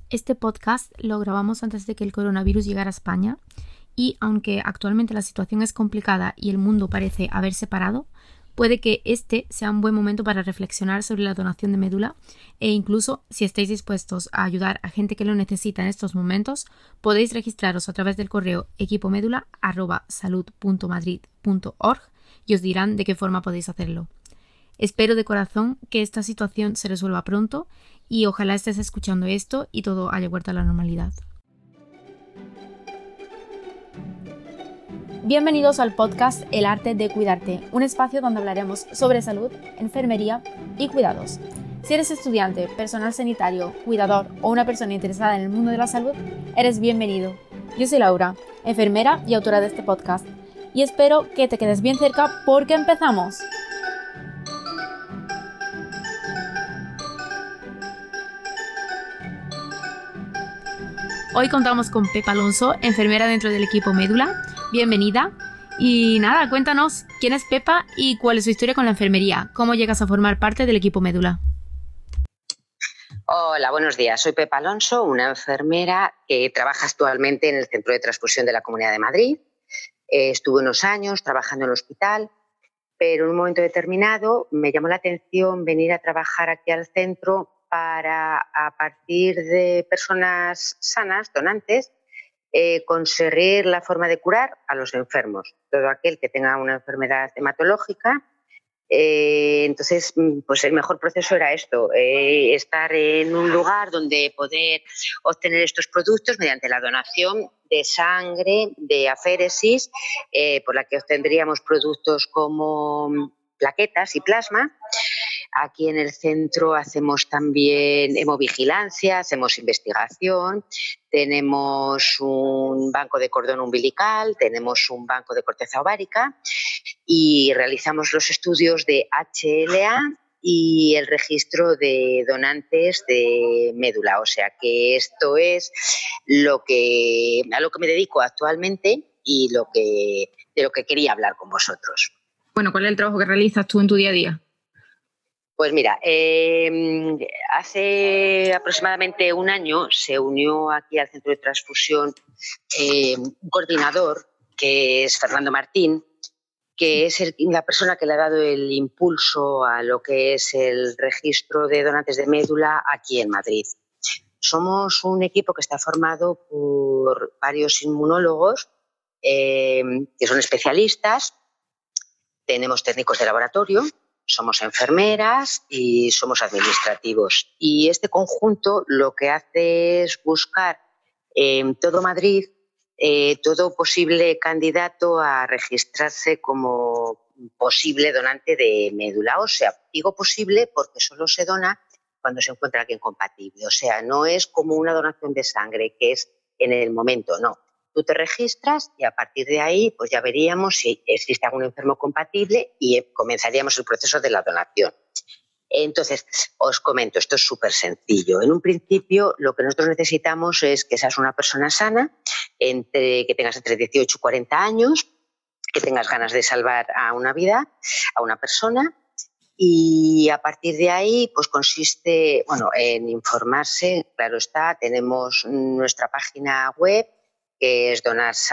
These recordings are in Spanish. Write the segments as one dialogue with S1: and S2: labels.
S1: Este podcast lo grabamos antes de que el coronavirus llegara a España y aunque actualmente la situación es complicada y el mundo parece haberse parado, puede que este sea un buen momento para reflexionar sobre la donación de médula e incluso, si estáis dispuestos a ayudar a gente que lo necesita en estos momentos, podéis registraros a través del correo equipomedula@salud.madrid.org y os dirán de qué forma podéis hacerlo. Espero de corazón que esta situación se resuelva pronto y ojalá estés escuchando esto y todo haya vuelto a la normalidad. Bienvenidos al podcast El arte de cuidarte, un espacio donde hablaremos sobre salud, enfermería y cuidados. Si eres estudiante, personal sanitario, cuidador o una persona interesada en el mundo de la salud, eres bienvenido. Yo soy Laura, enfermera y autora de este podcast, y espero que te quedes bien cerca porque empezamos. Hoy contamos con Pepa Alonso, enfermera dentro del equipo Médula. Bienvenida. Y nada, cuéntanos quién es Pepa y cuál es su historia con la enfermería. ¿Cómo llegas a formar parte del equipo Médula?
S2: Hola, buenos días. Soy Pepa Alonso, una enfermera que trabaja actualmente en el Centro de Transfusión de la Comunidad de Madrid. Estuve unos años trabajando en el hospital, pero en un momento determinado me llamó la atención venir a trabajar aquí al centro para, a partir de personas sanas, donantes, conseguir la forma de curar a los enfermos. Todo aquel que tenga una enfermedad hematológica. Entonces, pues el mejor proceso era esto, estar en un lugar donde poder obtener estos productos mediante la donación de sangre, de aféresis, por la que obtendríamos productos como plaquetas y plasma. Aquí en el centro hacemos también hemovigilancia, hacemos investigación, tenemos un banco de cordón umbilical, tenemos un banco de corteza ovárica y realizamos los estudios de HLA y el registro de donantes de médula. O sea que esto es a lo que me dedico actualmente y de lo que quería hablar con vosotros.
S1: Bueno, ¿cuál es el trabajo que realizas tú en tu día a día?
S2: Pues mira, hace aproximadamente un año se unió aquí al Centro de Transfusión un coordinador que es Fernando Martín, que es la persona que le ha dado el impulso a lo que es el registro de donantes de médula aquí en Madrid. Somos un equipo que está formado por varios inmunólogos que son especialistas, tenemos técnicos de laboratorio, somos enfermeras y somos administrativos. Y este conjunto lo que hace es buscar en todo Madrid todo posible candidato a registrarse como posible donante de médula ósea. Digo posible porque solo se dona cuando se encuentra alguien compatible. O sea, no es como una donación de sangre, que es en el momento, no. Tú te registras y a partir de ahí pues ya veríamos si existe algún enfermo compatible y comenzaríamos el proceso de la donación. Entonces, os comento, esto es súper sencillo. En un principio, lo que nosotros necesitamos es que seas una persona sana, que tengas entre 18 y 40 años, que tengas ganas de salvar a una vida, a una persona, y a partir de ahí pues consiste en informarse. Claro está, tenemos nuestra página web que es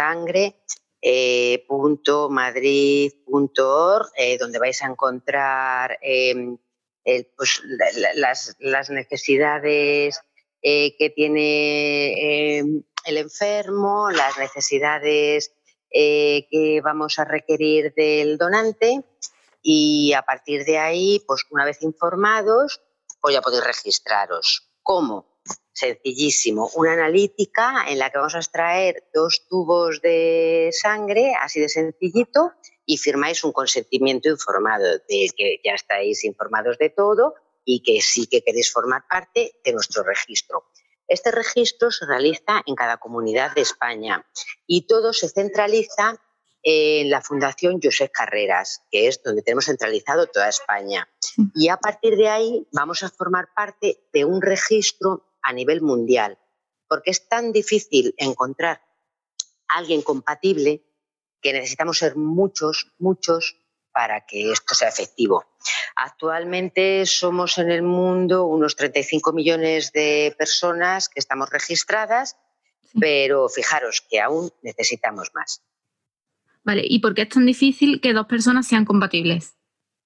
S2: donarsangre.madrid.org, donde vais a encontrar pues, las necesidades que tiene el enfermo, las necesidades que vamos a requerir del donante. Y a partir de ahí, pues una vez informados, pues ya podéis registraros. ¿Cómo? Sencillísimo. Una analítica en la que vamos a extraer 2 tubos de sangre, así de sencillito, y firmáis un consentimiento informado de que ya estáis informados de todo y que sí que queréis formar parte de nuestro registro. Este registro se realiza en cada comunidad de España y todo se centraliza en la Fundación Josep Carreras, que es donde tenemos centralizado toda España. Y a partir de ahí vamos a formar parte de un registro a nivel mundial, porque es tan difícil encontrar a alguien compatible que necesitamos ser muchos para que esto sea efectivo. Actualmente somos en el mundo unos 35 millones de personas que estamos registradas, pero fijaros que aún necesitamos más.
S1: Vale, ¿y por qué es tan difícil que dos personas sean compatibles?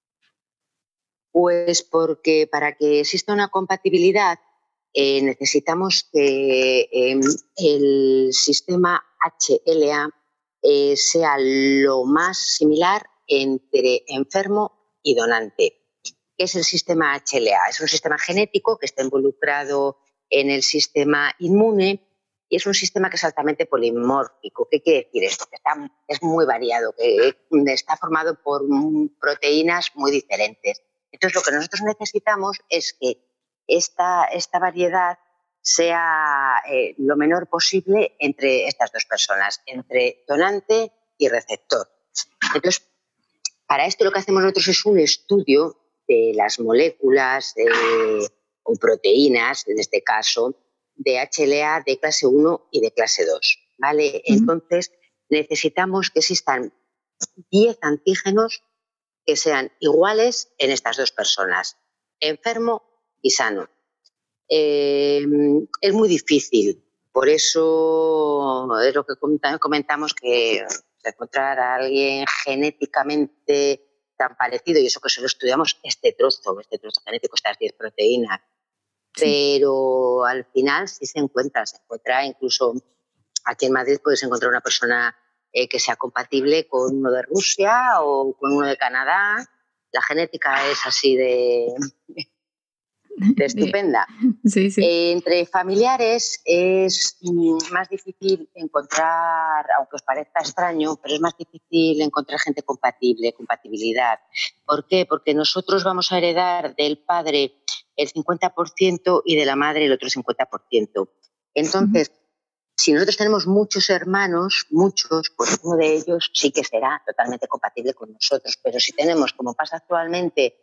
S2: Pues porque para que exista una compatibilidad necesitamos que el sistema HLA sea lo más similar entre enfermo y donante. ¿Qué es el sistema HLA? Es un sistema genético que está involucrado en el sistema inmune y es un sistema que es altamente polimórfico. ¿Qué quiere decir esto? Que es muy variado, que está formado por proteínas muy diferentes. Entonces, lo que nosotros necesitamos es que esta variedad sea lo menor posible entre estas dos personas, entre donante y receptor. Entonces, para esto lo que hacemos nosotros es un estudio de las moléculas o proteínas, en este caso, de HLA de clase 1 y de clase 2. ¿Vale? Entonces, necesitamos que existan 10 antígenos que sean iguales en estas dos personas, enfermo y sano. Es muy difícil, por eso es lo que comentamos, que encontrar a alguien genéticamente tan parecido, y eso que solo estudiamos este trozo genético, estas 10 proteínas, pero al final sí se encuentra incluso aquí en Madrid puedes encontrar una persona que sea compatible con uno de Rusia o con uno de Canadá. La genética es así de estupenda.
S1: Sí.
S2: Entre familiares es más difícil encontrar, aunque os parezca extraño, pero es más difícil encontrar gente compatibilidad. ¿Por qué? Porque nosotros vamos a heredar del padre el 50% y de la madre el otro 50%. Entonces, si nosotros tenemos muchos hermanos, pues uno de ellos sí que será totalmente compatible con nosotros. Pero si tenemos, como pasa actualmente,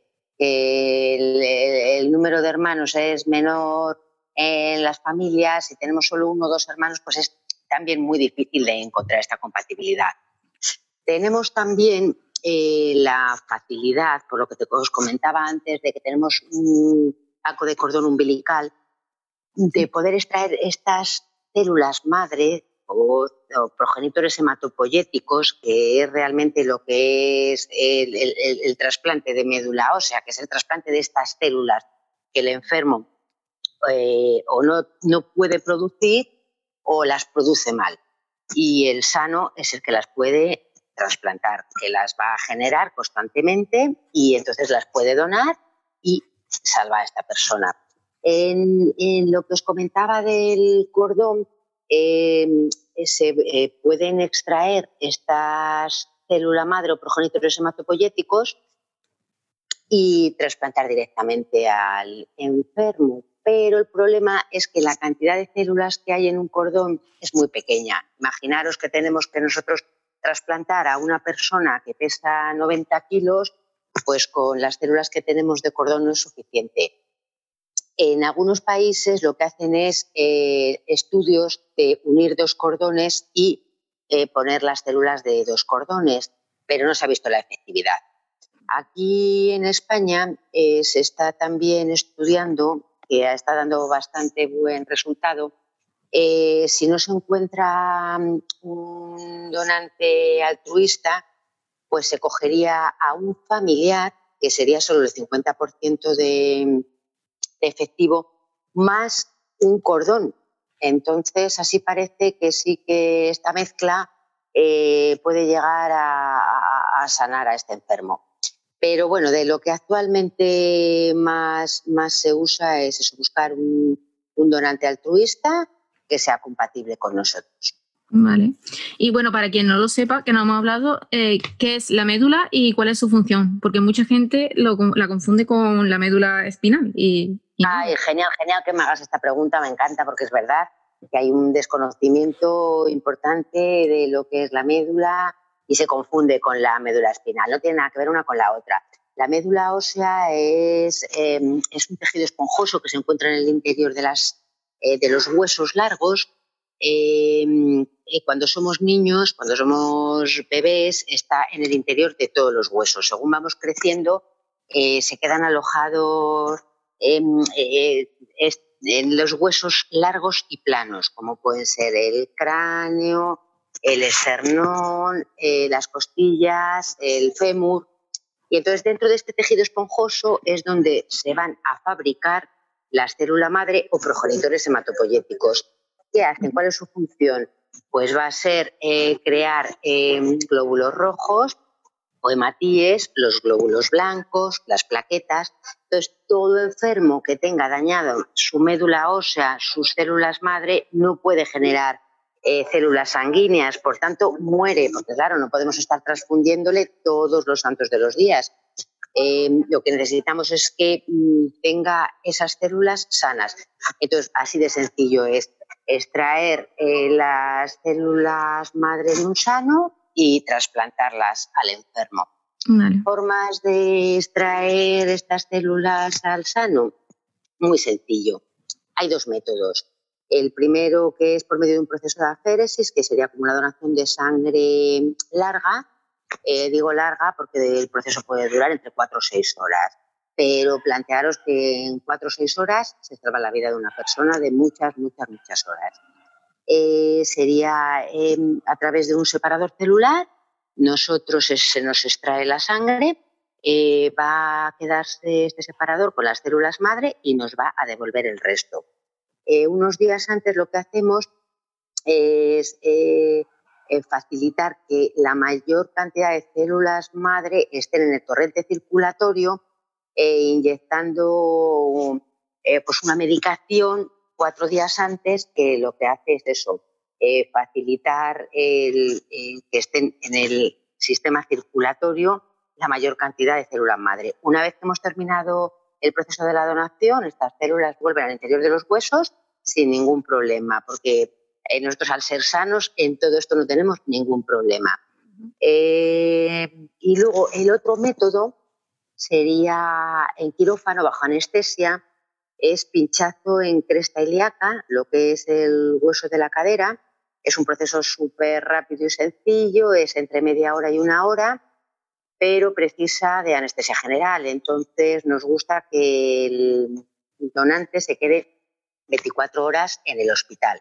S2: que el número de hermanos es menor en las familias, si tenemos solo uno o dos hermanos, pues es también muy difícil de encontrar esta compatibilidad. Tenemos también la facilidad, por lo que os comentaba antes, de que tenemos un saco de cordón umbilical, de poder extraer estas células madre o progenitores hematopoyéticos, que es realmente lo que es el trasplante de médula ósea, que es el trasplante de estas células que el enfermo o no puede producir o las produce mal. Y el sano es el que las puede trasplantar, que las va a generar constantemente y entonces las puede donar y salva a esta persona. En lo que os comentaba del cordón, se pueden extraer estas células madre o progenitores hematopoyéticos y trasplantar directamente al enfermo. Pero el problema es que la cantidad de células que hay en un cordón es muy pequeña. Imaginaros que tenemos que nosotros trasplantar a una persona que pesa 90 kilos, pues con las células que tenemos de cordón no es suficiente. En algunos países lo que hacen es estudios de unir dos cordones y poner las células de dos cordones, pero no se ha visto la efectividad. Aquí en España se está también estudiando, que está dando bastante buen resultado. Si no se encuentra un donante altruista, pues se cogería a un familiar, que sería solo el 50% de efectivo, más un cordón. Entonces, así parece que sí que esta mezcla puede llegar a sanar a este enfermo. Pero bueno, de lo que actualmente más se usa es eso, buscar un donante altruista que sea compatible con nosotros.
S1: Vale. Y bueno, para quien no lo sepa, que no hemos hablado, ¿qué es la médula y cuál es su función? Porque mucha gente la confunde con la médula espinal.
S2: Ay, genial que me hagas esta pregunta, me encanta, porque es verdad que hay un desconocimiento importante de lo que es la médula y se confunde con la médula espinal. No tiene nada que ver una con la otra. La médula ósea es un tejido esponjoso que se encuentra en el interior de los huesos largos. Cuando somos niños, cuando somos bebés, está en el interior de todos los huesos. Según vamos creciendo, se quedan alojados en los huesos largos y planos, como pueden ser el cráneo, el esternón, las costillas, el fémur. Y entonces dentro de este tejido esponjoso es donde se van a fabricar la célula madre o progenitores hematopoyéticos. ¿Qué hacen? ¿Cuál es su función? Pues va a ser crear glóbulos rojos o hematíes, los glóbulos blancos, las plaquetas. Entonces, todo enfermo que tenga dañado su médula ósea, sus células madre, no puede generar células sanguíneas, por tanto, muere, porque claro, no podemos estar transfundiéndole todos los santos de los días. Lo que necesitamos es que tenga esas células sanas. Entonces, así de sencillo es extraer las células madre de un sano y trasplantarlas al enfermo.
S1: Vale.
S2: Formas de extraer estas células al sano, muy sencillo. Hay 2 métodos. El primero, que es por medio de un proceso de aféresis, que sería como una donación de sangre larga. Digo larga porque el proceso puede durar entre 4 o 6 horas. Pero plantearos que en 4 o 6 horas se salva la vida de una persona de muchas horas. Sería a través de un separador celular. Nosotros se nos extrae la sangre, va a quedarse este separador con las células madre y nos va a devolver el resto. Unos días antes lo que hacemos es facilitar que la mayor cantidad de células madre estén en el torrente circulatorio, inyectando pues una medicación 4 días antes, que lo que hace es eso, facilitar que estén en el sistema circulatorio la mayor cantidad de células madre. Una vez que hemos terminado el proceso de la donación, estas células vuelven al interior de los huesos sin ningún problema, porque nosotros, al ser sanos, en todo esto no tenemos ningún problema. Y luego el otro método sería en quirófano bajo anestesia, es pinchazo en cresta ilíaca, lo que es el hueso de la cadera. Es un proceso súper rápido y sencillo, es entre media hora y 1 hora, pero precisa de anestesia general. Entonces nos gusta que el donante se quede 24 horas en el hospital.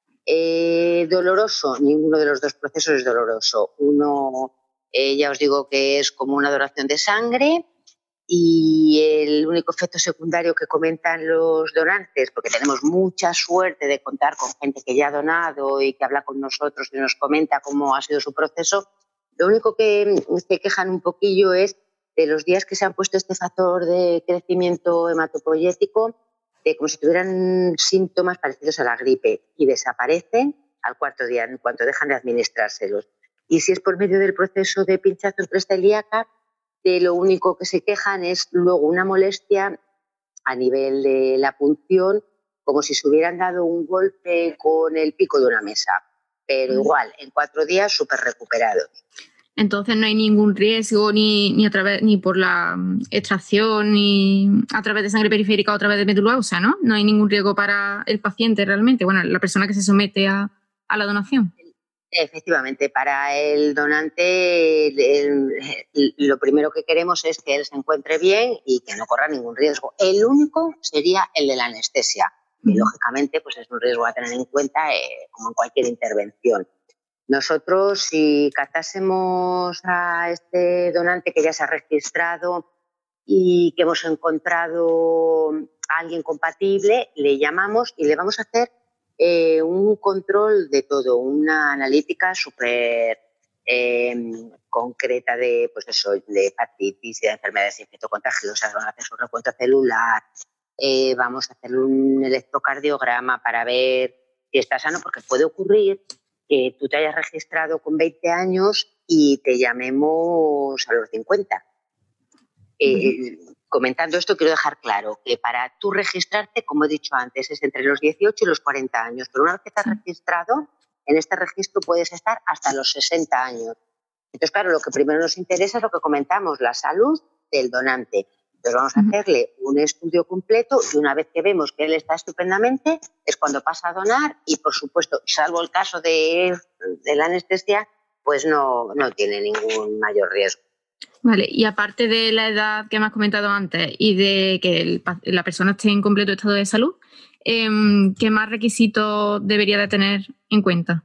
S2: Doloroso, ninguno de los 2 procesos es doloroso. Uno, ya os digo que es como una donación de sangre, y el único efecto secundario que comentan los donantes, porque tenemos mucha suerte de contar con gente que ya ha donado y que habla con nosotros y nos comenta cómo ha sido su proceso, lo único que se quejan un poquillo es de los días que se han puesto este factor de crecimiento hematopoyético, de como si tuvieran síntomas parecidos a la gripe, y desaparecen al 4.º día, en cuanto dejan de administrárselos. Y si es por medio del proceso de pinchazo en cresta ilíaca, lo único que se quejan es luego una molestia a nivel de la punción, como si se hubieran dado un golpe con el pico de una mesa, pero igual, en 4 días súper recuperados.
S1: Entonces no hay ningún riesgo ni por la extracción, ni a través de sangre periférica o a través de médula ósea, ¿no? No hay ningún riesgo para el paciente realmente, bueno, la persona que se somete a la donación.
S2: Efectivamente, para el donante lo primero que queremos es que él se encuentre bien y que no corra ningún riesgo. El único sería el de la anestesia, que lógicamente pues es un riesgo a tener en cuenta, como en cualquier intervención. Nosotros, si captásemos a este donante que ya se ha registrado y que hemos encontrado a alguien compatible, le llamamos y le vamos a hacer un control de todo, una analítica súper concreta de, pues eso, de hepatitis, de enfermedades infectocontagiosas. Vamos a hacer su recuento celular, vamos a hacer un electrocardiograma para ver si está sano, porque puede ocurrir que tú te hayas registrado con 20 años y te llamemos a los 50. Comentando esto, quiero dejar claro que para tú registrarte, como he dicho antes, es entre los 18 y los 40 años. Pero una vez que te has registrado, en este registro puedes estar hasta los 60 años. Entonces, claro, lo que primero nos interesa es lo que comentamos, la salud del donante. Entonces vamos a hacerle un estudio completo y una vez que vemos que él está estupendamente, es cuando pasa a donar y, por supuesto, salvo el caso de la anestesia, pues no tiene ningún mayor riesgo.
S1: Vale, y aparte de la edad que me has comentado antes y de que la persona esté en completo estado de salud, ¿qué más requisitos debería de tener en cuenta?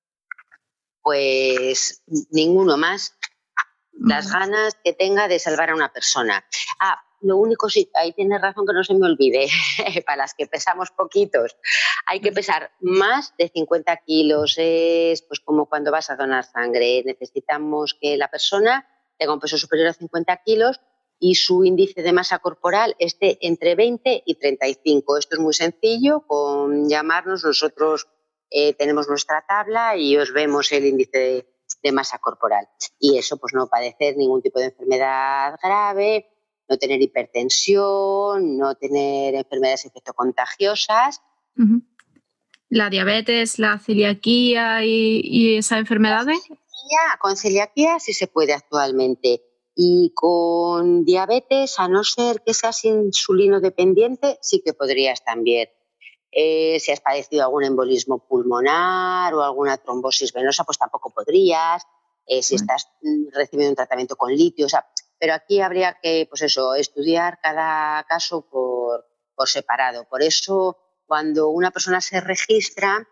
S2: Pues ninguno más. Las
S1: Vale.
S2: ganas que tenga de salvar a una persona. Lo único, sí, ahí tienes razón, que no se me olvide, para las que pesamos poquitos, hay que pesar más de 50 kilos. Es pues como cuando vas a donar sangre. Necesitamos que la persona tenga un peso superior a 50 kilos y su índice de masa corporal esté entre 20 y 35. Esto es muy sencillo, con llamarnos nosotros tenemos nuestra tabla y os vemos el índice de masa corporal. Y eso, pues no padecer ningún tipo de enfermedad grave, no tener hipertensión, no tener enfermedades infectocontagiosas.
S1: Uh-huh. ¿La diabetes, la celiaquía y esas enfermedades?
S2: Con celiaquía sí se puede actualmente. Y con diabetes, a no ser que seas insulino dependiente, sí que podrías también. Si has padecido algún embolismo pulmonar o alguna trombosis venosa, pues tampoco podrías. Si estás recibiendo un tratamiento con litio, pero aquí habría que, pues eso, estudiar cada caso por separado. Por eso, cuando una persona se registra,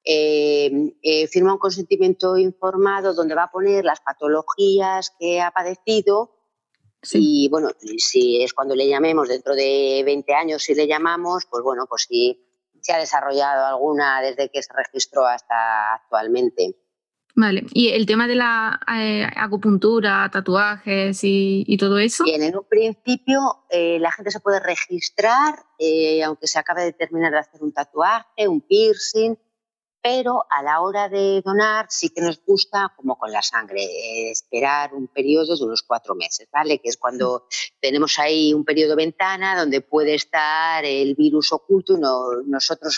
S2: firma un consentimiento informado donde va a poner las patologías que ha padecido. Sí. Y bueno, si es cuando le llamemos dentro de 20 años, si le llamamos, pues bueno, pues sí, se ha desarrollado alguna desde que se registró hasta actualmente.
S1: Vale, ¿y el tema de la acupuntura, tatuajes y todo eso?
S2: Bien, en un principio la gente se puede registrar, aunque se acabe de terminar de hacer un tatuaje, un piercing, pero a la hora de donar sí que nos gusta, como con la sangre, esperar un periodo de unos 4 meses, ¿vale? Que es cuando tenemos ahí un periodo ventana donde puede estar el virus oculto y nosotros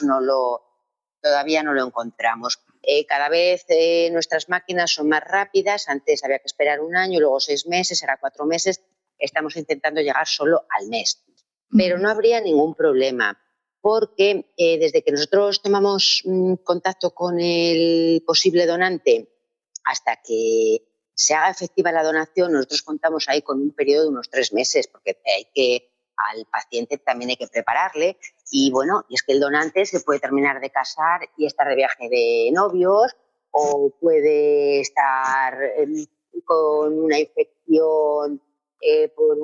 S2: todavía no lo encontramos. Cada vez nuestras máquinas son más rápidas. Antes había que esperar un año, luego 6 meses, ahora 4 meses. Estamos intentando llegar solo al mes. Pero no habría ningún problema, porque desde que nosotros tomamos contacto con el posible donante hasta que se haga efectiva la donación, nosotros contamos ahí con un periodo de unos 3 meses, porque al paciente también hay que prepararle. Y bueno, y es que el donante se puede terminar de casar y estar de viaje de novios, o puede estar con una infección por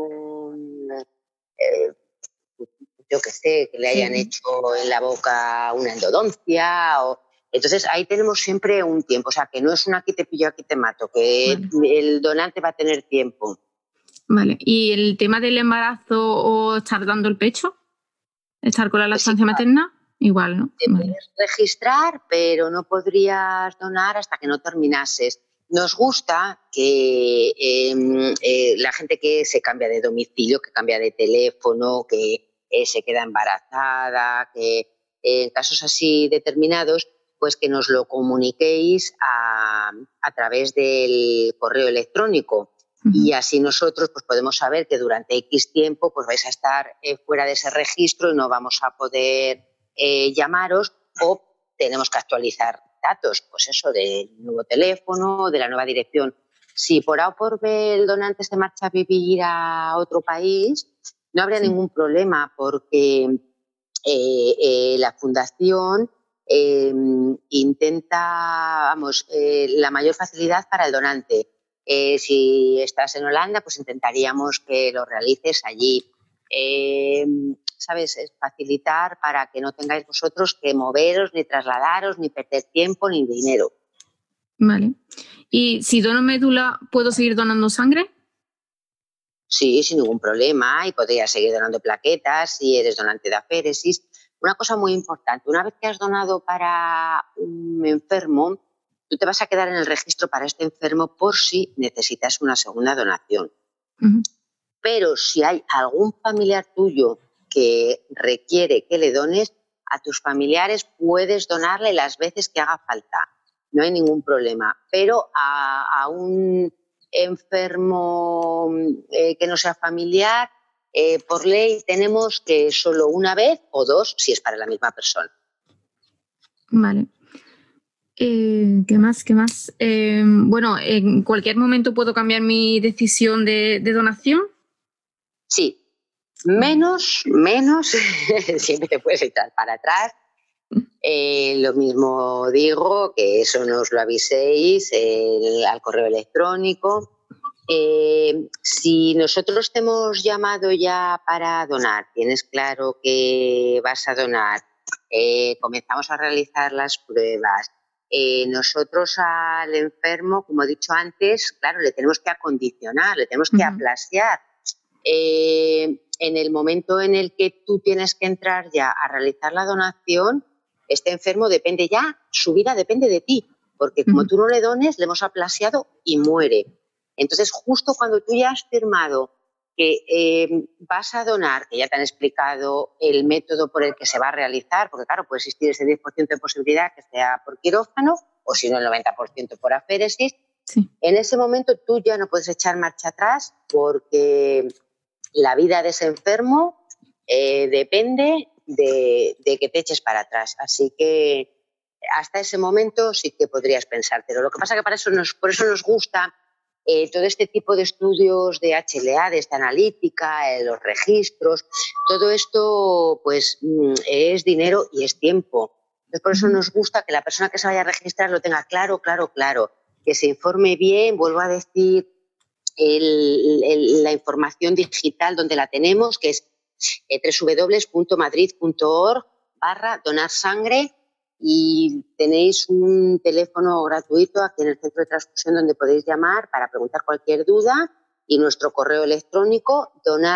S2: yo que sé, que le hayan hecho en la boca una endodoncia. Entonces ahí tenemos siempre un tiempo, o sea, que no es un aquí te pillo, aquí te mato, que el donante va a tener tiempo.
S1: Vale, ¿y el tema del embarazo o estar dando el pecho? ¿Estar con la lactancia materna? Igual, ¿no?
S2: Te puedes registrar, pero no podrías donar hasta que no terminases. Nos gusta que la gente que se cambia de domicilio, que cambia de teléfono, que se queda embarazada, que en casos así determinados, pues que nos lo comuniquéis a través del correo electrónico. Y así nosotros pues podemos saber que durante X tiempo pues vais a estar fuera de ese registro y no vamos a poder llamaros, o tenemos que actualizar datos, pues eso, del nuevo teléfono, de la nueva dirección. Si por A o por B el donante se marcha a vivir a otro país, no habría ningún problema, porque la fundación intenta, la mayor facilidad para el donante. Si estás en Holanda, pues intentaríamos que lo realices allí. ¿Sabes? Es facilitar para que no tengáis vosotros que moveros, ni trasladaros, ni perder tiempo, ni dinero.
S1: Vale. ¿Y si dono médula, puedo seguir donando sangre?
S2: Sí, sin ningún problema, y podrías seguir donando plaquetas si eres donante de aféresis. Una cosa muy importante, una vez que has donado para un enfermo, tú te vas a quedar en el registro para este enfermo por si necesitas una segunda donación. Pero si hay algún familiar tuyo que requiere que le dones, a tus familiares puedes donarle las veces que haga falta. No hay ningún problema. Pero a un enfermo que no sea familiar, por ley tenemos que solo una vez o 2 si es para la misma persona.
S1: Vale. ¿Qué más? Bueno, ¿en cualquier momento puedo cambiar mi decisión de donación?
S2: Sí, menos, siempre te puedes echar para atrás. Lo mismo digo, que eso nos lo aviséis al correo electrónico. Si nosotros te hemos llamado ya para donar, tienes claro que vas a donar, comenzamos a realizar las pruebas. Nosotros al enfermo, como he dicho antes, claro, le tenemos que acondicionar, le tenemos que aplastiar. En el momento en el que tú tienes que entrar ya a realizar la donación, este enfermo depende ya, su vida depende de ti, porque como tú no le dones, le hemos aplasiado y muere. Entonces, justo cuando tú ya has firmado que vas a donar, que ya te han explicado el método por el que se va a realizar, porque claro, puede existir ese 10% de posibilidad que sea por quirófano o si no el 90% por aféresis, sí. En ese momento tú ya no puedes echar marcha atrás porque la vida de ese enfermo depende de que te eches para atrás. Así que hasta ese momento sí que podrías pensártelo. Lo que pasa es que por eso nos gusta todo este tipo de estudios de HLA, de esta analítica, los registros, todo esto pues es dinero y es tiempo. Entonces, por eso nos gusta que la persona que se vaya a registrar lo tenga claro, que se informe bien, vuelvo a decir, la información digital donde la tenemos, que es www.madrid.org/donarsangre, y tenéis un teléfono gratuito aquí en el centro de transfusión donde podéis llamar para preguntar cualquier duda, y nuestro correo electrónico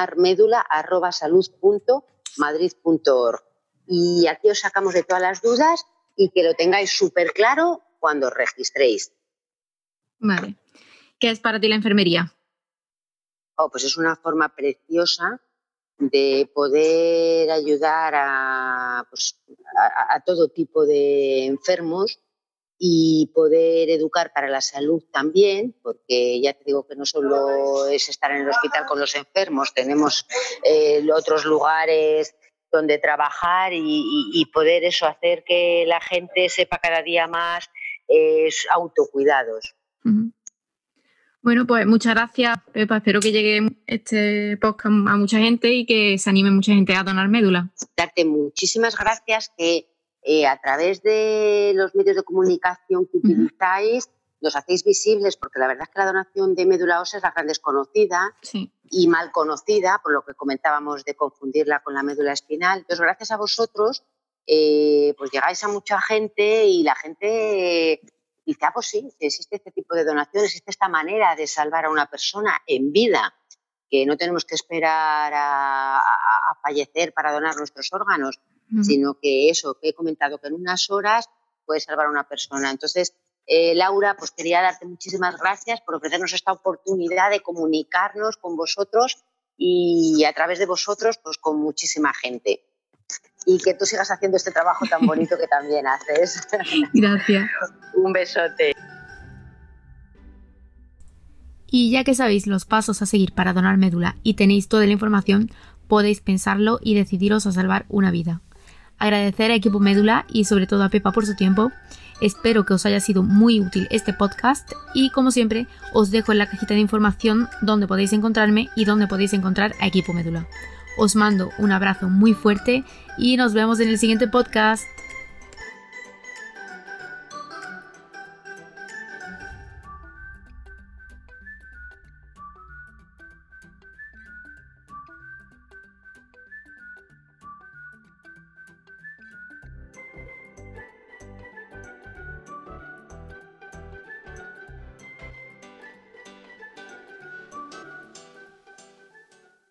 S2: donarmedula@salud.madrid.org. Y aquí os sacamos de todas las dudas y que lo tengáis súper claro cuando os registréis.
S1: Vale. ¿Qué es para ti la enfermería?
S2: Pues es una forma preciosa de poder ayudar a todo tipo de enfermos y poder educar para la salud también, porque ya te digo que no solo es estar en el hospital con los enfermos, tenemos otros lugares donde trabajar y poder eso, hacer que la gente sepa cada día más autocuidados.
S1: Uh-huh. Bueno, pues muchas gracias, Pepa. Espero que llegue este podcast a mucha gente y que se anime mucha gente a donar médula.
S2: Darte muchísimas gracias, que a través de los medios de comunicación que utilizáis los hacéis visibles, porque la verdad es que la donación de médula ósea es la gran desconocida y mal conocida, por lo que comentábamos de confundirla con la médula espinal. Entonces, gracias a vosotros, pues llegáis a mucha gente y la gente dice, pues sí, existe este tipo de donación, existe esta manera de salvar a una persona en vida, que no tenemos que esperar a fallecer para donar nuestros órganos, sino que eso que he comentado, que en unas horas puede salvar a una persona. Entonces, Laura, pues quería darte muchísimas gracias por ofrecernos esta oportunidad de comunicarnos con vosotros y a través de vosotros, pues con muchísima gente. Y que tú sigas haciendo este trabajo tan bonito que también haces.
S1: Gracias.
S2: Un besote.
S1: Y ya que sabéis los pasos a seguir para donar médula y tenéis toda la información, podéis pensarlo y decidiros a salvar una vida. Agradecer a Equipo Médula y sobre todo a Pepa por su tiempo. Espero que os haya sido muy útil este podcast y, como siempre, os dejo en la cajita de información donde podéis encontrarme y donde podéis encontrar a Equipo Médula. Os mando un abrazo muy fuerte y nos vemos en el siguiente podcast.